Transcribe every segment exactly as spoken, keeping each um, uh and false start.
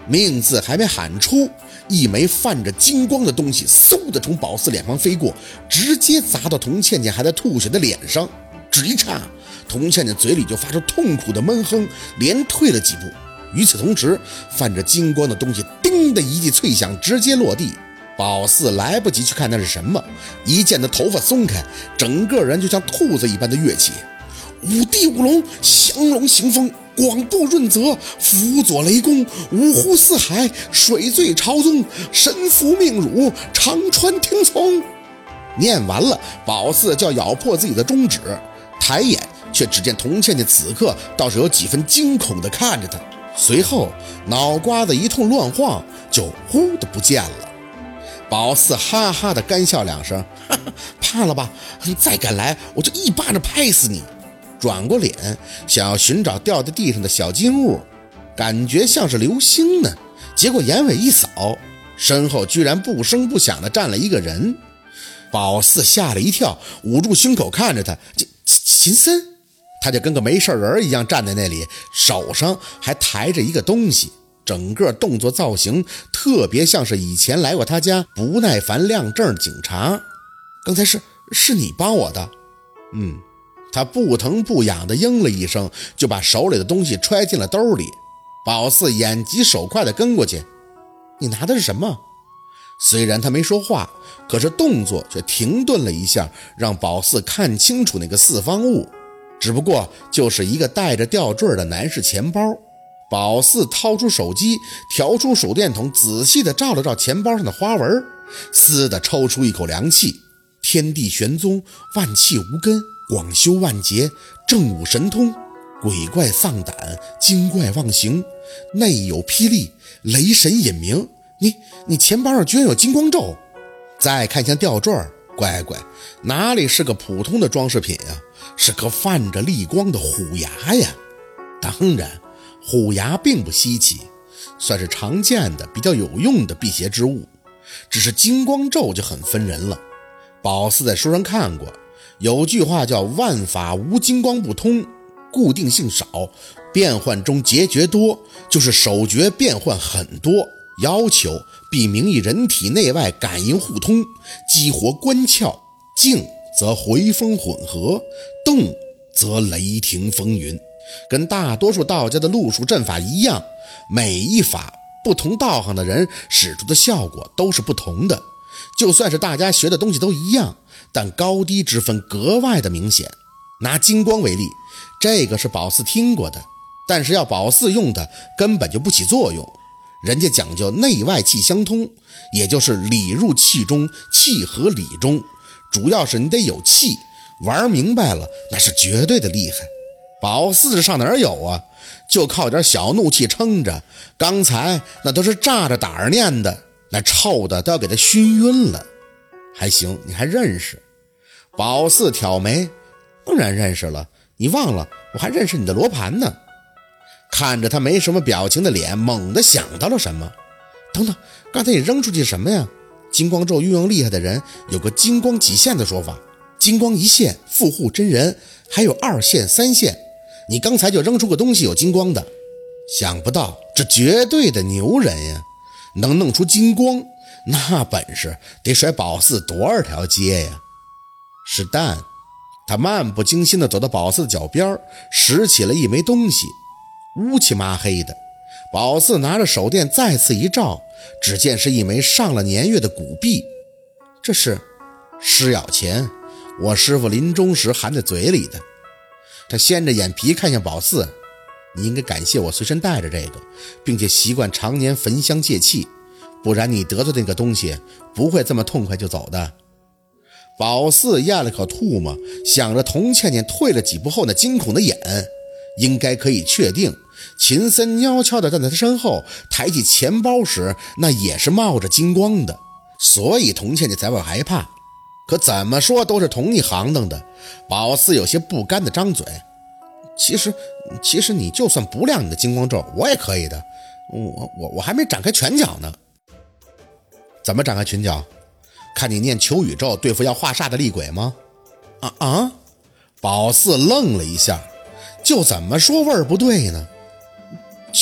命字还没喊出，一枚泛着金光的东西嗖的从宝四脸旁飞过，直接砸到童倩倩还在吐血的脸上。只一刹，童倩倩嘴里就发出痛苦的闷哼，连退了几步。与此同时，泛着金光的东西叮的一记脆响，直接落地。宝四来不及去看那是什么，一见他头发松开，整个人就像兔子一般的跃起。五帝五龙，降龙行风，广布润泽，辅佐雷公，五湖四海，水醉朝宗，神服命汝，长川听从。念完了，宝四就要咬破自己的中指，抬眼却只见童倩倩此刻倒是有几分惊恐地看着他，随后脑瓜子一通乱晃，就忽的不见了。宝四哈哈的干笑两声，哈哈，怕了吧？再敢来，我就一巴掌拍死你！转过脸，想要寻找掉在地上的小金物，感觉像是流星呢。结果眼尾一扫，身后居然不声不响的站了一个人。宝四吓了一跳，捂住胸口看着他，秦秦森，他就跟个没事人一样站在那里，手上还抬着一个东西。整个动作造型特别像是以前来过他家不耐烦亮证警察。刚才是是你帮我的？嗯，他不疼不痒的应了一声，就把手里的东西揣进了兜里。宝四眼疾手快的跟过去，你拿的是什么？虽然他没说话，可是动作却停顿了一下，让宝四看清楚那个四方物，只不过就是一个带着吊坠的男士钱包。宝四掏出手机，调出手电筒，仔细地照了照钱包上的花纹，嘶地抽出一口凉气。天地玄宗，万气无根，广修万劫，正武神通，鬼怪丧胆，精怪忘形，内有霹雳，雷神隐名。你你钱包上居然有金光咒。再看向吊坠，乖乖，哪里是个普通的装饰品啊，是颗泛着厉光的虎牙呀。当然虎牙并不稀奇，算是常见的比较有用的辟邪之物，只是金光咒就很分人了。宝四在书上看过，有句话叫万法无金光不通，固定性少，变换中结决多，就是手诀变换很多，要求必名义人体内外感应互通，激活关窍，静则回风混合，动则雷霆风云。跟大多数道家的路数阵法一样，每一法不同道行的人使出的效果都是不同的，就算是大家学的东西都一样，但高低之分格外的明显。拿金光为例，这个是宝四听过的，但是要宝四用的根本就不起作用。人家讲究内外气相通，也就是理入气中，气合理中，主要是你得有气，玩明白了那是绝对的厉害。宝四上哪儿有啊，就靠点小怒气撑着，刚才那都是炸着胆儿念的，那臭的都要给他熏晕了。还行，你还认识？宝四挑眉，当然认识了，你忘了我还认识你的罗盘呢。看着他没什么表情的脸，猛地想到了什么。等等，刚才你扔出去什么呀？金光咒运用厉害的人有个金光几现的说法，金光一现富户真人，还有二现三现，你刚才就扔出个东西有金光的。想不到这绝对的牛人呀，能弄出金光，那本事得甩宝四多少条街呀。是蛋。他漫不经心地走到宝四的脚边，拾起了一枚东西，乌漆麻黑的。宝四拿着手电再次一照，只见是一枚上了年月的古币。这是尸咬钱，我师父临终时含在嘴里的。他掀着眼皮看向宝四，你应该感谢我随身带着这个，并且习惯常年焚香借气，不然你得罪那个东西不会这么痛快就走的。宝四咽了口唾沫，想着童倩倩退了几步后那惊恐的眼，应该可以确定秦森悄悄地站在他身后，抬起钱包时那也是冒着金光的，所以童倩倩才会害怕。可怎么说都是同一行当的，宝四有些不甘地张嘴，其实其实你就算不亮你的金光咒我也可以的，我我我还没展开拳脚呢。怎么展开拳脚？看你念求宇咒对付要化煞的厉鬼吗？啊啊！宝四愣了一下，就怎么说味儿不对呢？求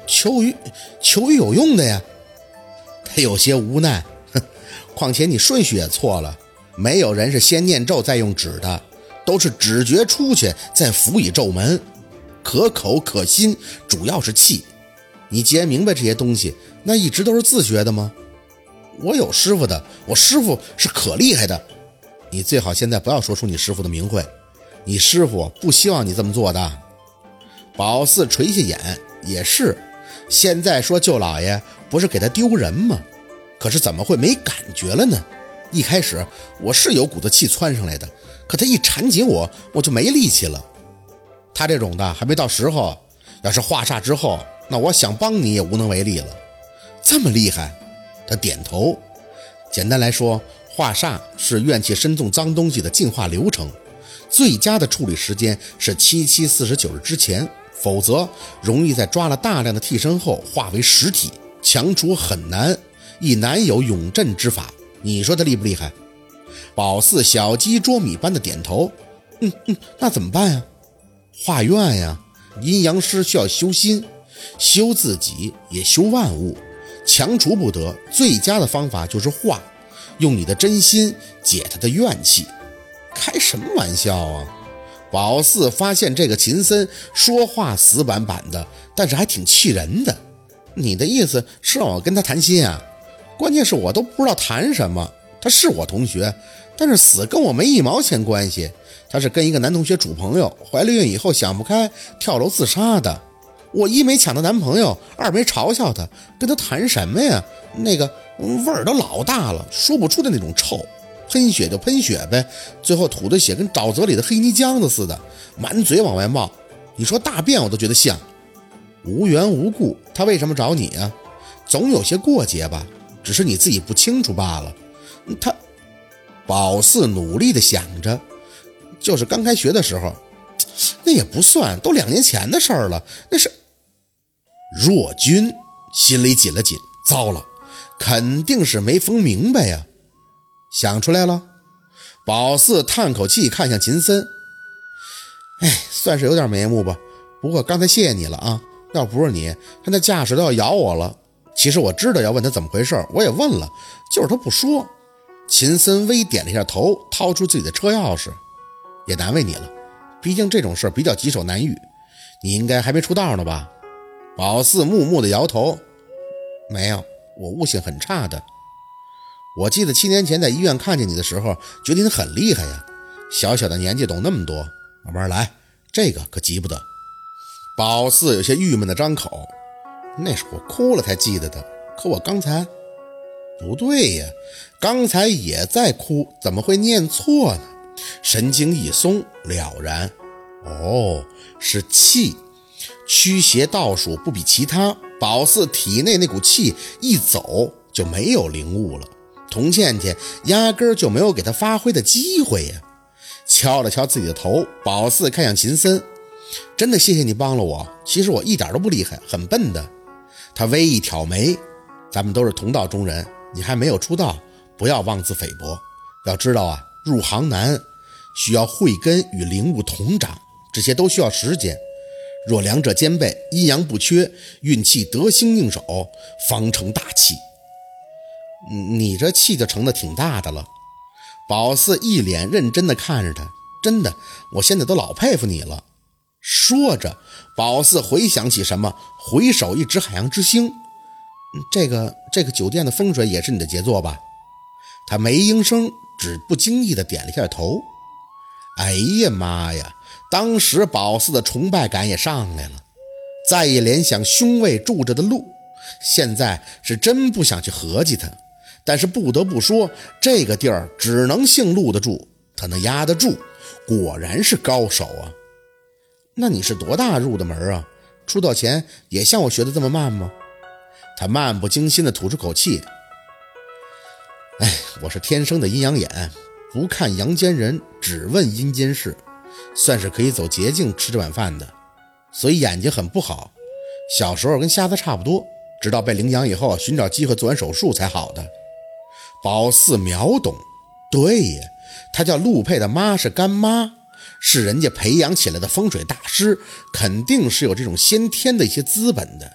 求于求于有用的呀。他有些无奈，哼，况且你顺序也错了，没有人是先念咒再用纸的，都是指诀出去再辅以咒门，可口可心，主要是气。你既然明白这些东西，那一直都是自学的吗？我有师傅的，我师傅是可厉害的。你最好现在不要说出你师傅的名讳，你师傅不希望你这么做的。宝四垂下眼，也是，现在说舅老爷不是给他丢人吗？可是怎么会没感觉了呢？一开始我是有股子气窜上来的，可他一缠紧我，我就没力气了。他这种的还没到时候，要是化煞之后，那我想帮你也无能为力了。这么厉害？他点头。简单来说，化煞是怨气深重脏东西的净化流程，最佳的处理时间是七七四十九日之前，否则容易在抓了大量的替身后化为实体，强除很难，亦难有永镇之法。你说他厉不厉害？宝四小鸡啄米般的点头。嗯嗯，那怎么办呀？化怨呀，阴阳师需要修心，修自己也修万物，强除不得，最佳的方法就是化，用你的真心解他的怨气。开什么玩笑啊！宝四发现这个秦森说话死板板的，但是还挺气人的。你的意思是让我跟他谈心啊？关键是我都不知道谈什么。他是我同学，但是死跟我没一毛钱关系。他是跟一个男同学处朋友，怀了孕以后想不开跳楼自杀的。我一没抢她男朋友，二没嘲笑她，跟她谈什么呀？那个味儿都老大了，说不出的那种臭，喷血就喷血呗，最后吐的血跟沼泽里的黑泥浆子似的，满嘴往外冒。你说大便我都觉得像。无缘无故，他为什么找你啊？总有些过节吧，只是你自己不清楚罢了。他，宝四努力地想着，就是刚开学的时候，那也不算，都两年前的事儿了。那是若君心里紧了紧，糟了，肯定是没疯明白呀。想出来了。宝四叹口气，看向秦森，哎，算是有点眉目吧，不过刚才谢谢你了啊，要不是你，他那架势都要咬我了。其实我知道要问他怎么回事，我也问了，就是他不说。秦森微点了一下头，掏出自己的车钥匙。也难为你了，毕竟这种事比较棘手难遇，你应该还没出道呢吧？宝四木木的摇头，没有，我悟性很差的。我记得七年前在医院看见你的时候，觉得你很厉害呀，小小的年纪懂那么多，慢慢来，这个可急不得。宝四有些郁闷的张口，那是我哭了才记得的，可我刚才不对呀，刚才也在哭，怎么会念错呢？神经一松，了然。哦，是气，驱邪倒数不比其他。宝四体内那股气一走就没有灵悟了，童倩倩压根儿就没有给他发挥的机会呀。敲了敲自己的头，宝四看向秦森，真的谢谢你帮了我，其实我一点都不厉害，很笨的。他微一挑眉，咱们都是同道中人，你还没有出道，不要妄自菲薄。要知道啊，入行难，需要慧根与灵悟同长，这些都需要时间。若两者兼备，阴阳不缺，运气得心应手，方成大器。你这气就成得挺大的了。宝四一脸认真地看着他，真的，我现在都老佩服你了。说着，宝四回想起什么，回首一指海洋之星，这个这个酒店的风水也是你的杰作吧？他没应声，只不经意地点了一下头。哎呀妈呀，当时宝四的崇拜感也上来了，再一联想胸位住着的路，现在是真不想去合计他，但是不得不说，这个地儿只能姓陆的住，他能压得住，果然是高手啊。那你是多大入的门啊？出道前也像我学的这么慢吗？他漫不经心地吐出口气，哎，我是天生的阴阳眼，不看阳间人，只问阴间事，算是可以走捷径吃这碗饭的，所以眼睛很不好，小时候跟瞎子差不多，直到被领养以后寻找机会做完手术才好的。宝四秒懂，对呀，他叫陆佩的妈是干妈，是人家培养起来的风水大师，肯定是有这种先天的一些资本的。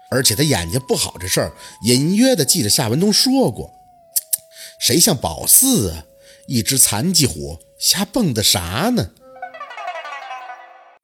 而且他眼睛不好这事儿，隐约的记得夏文东说过。谁像宝四啊，一只残疾虎，瞎蹦跶啥呢？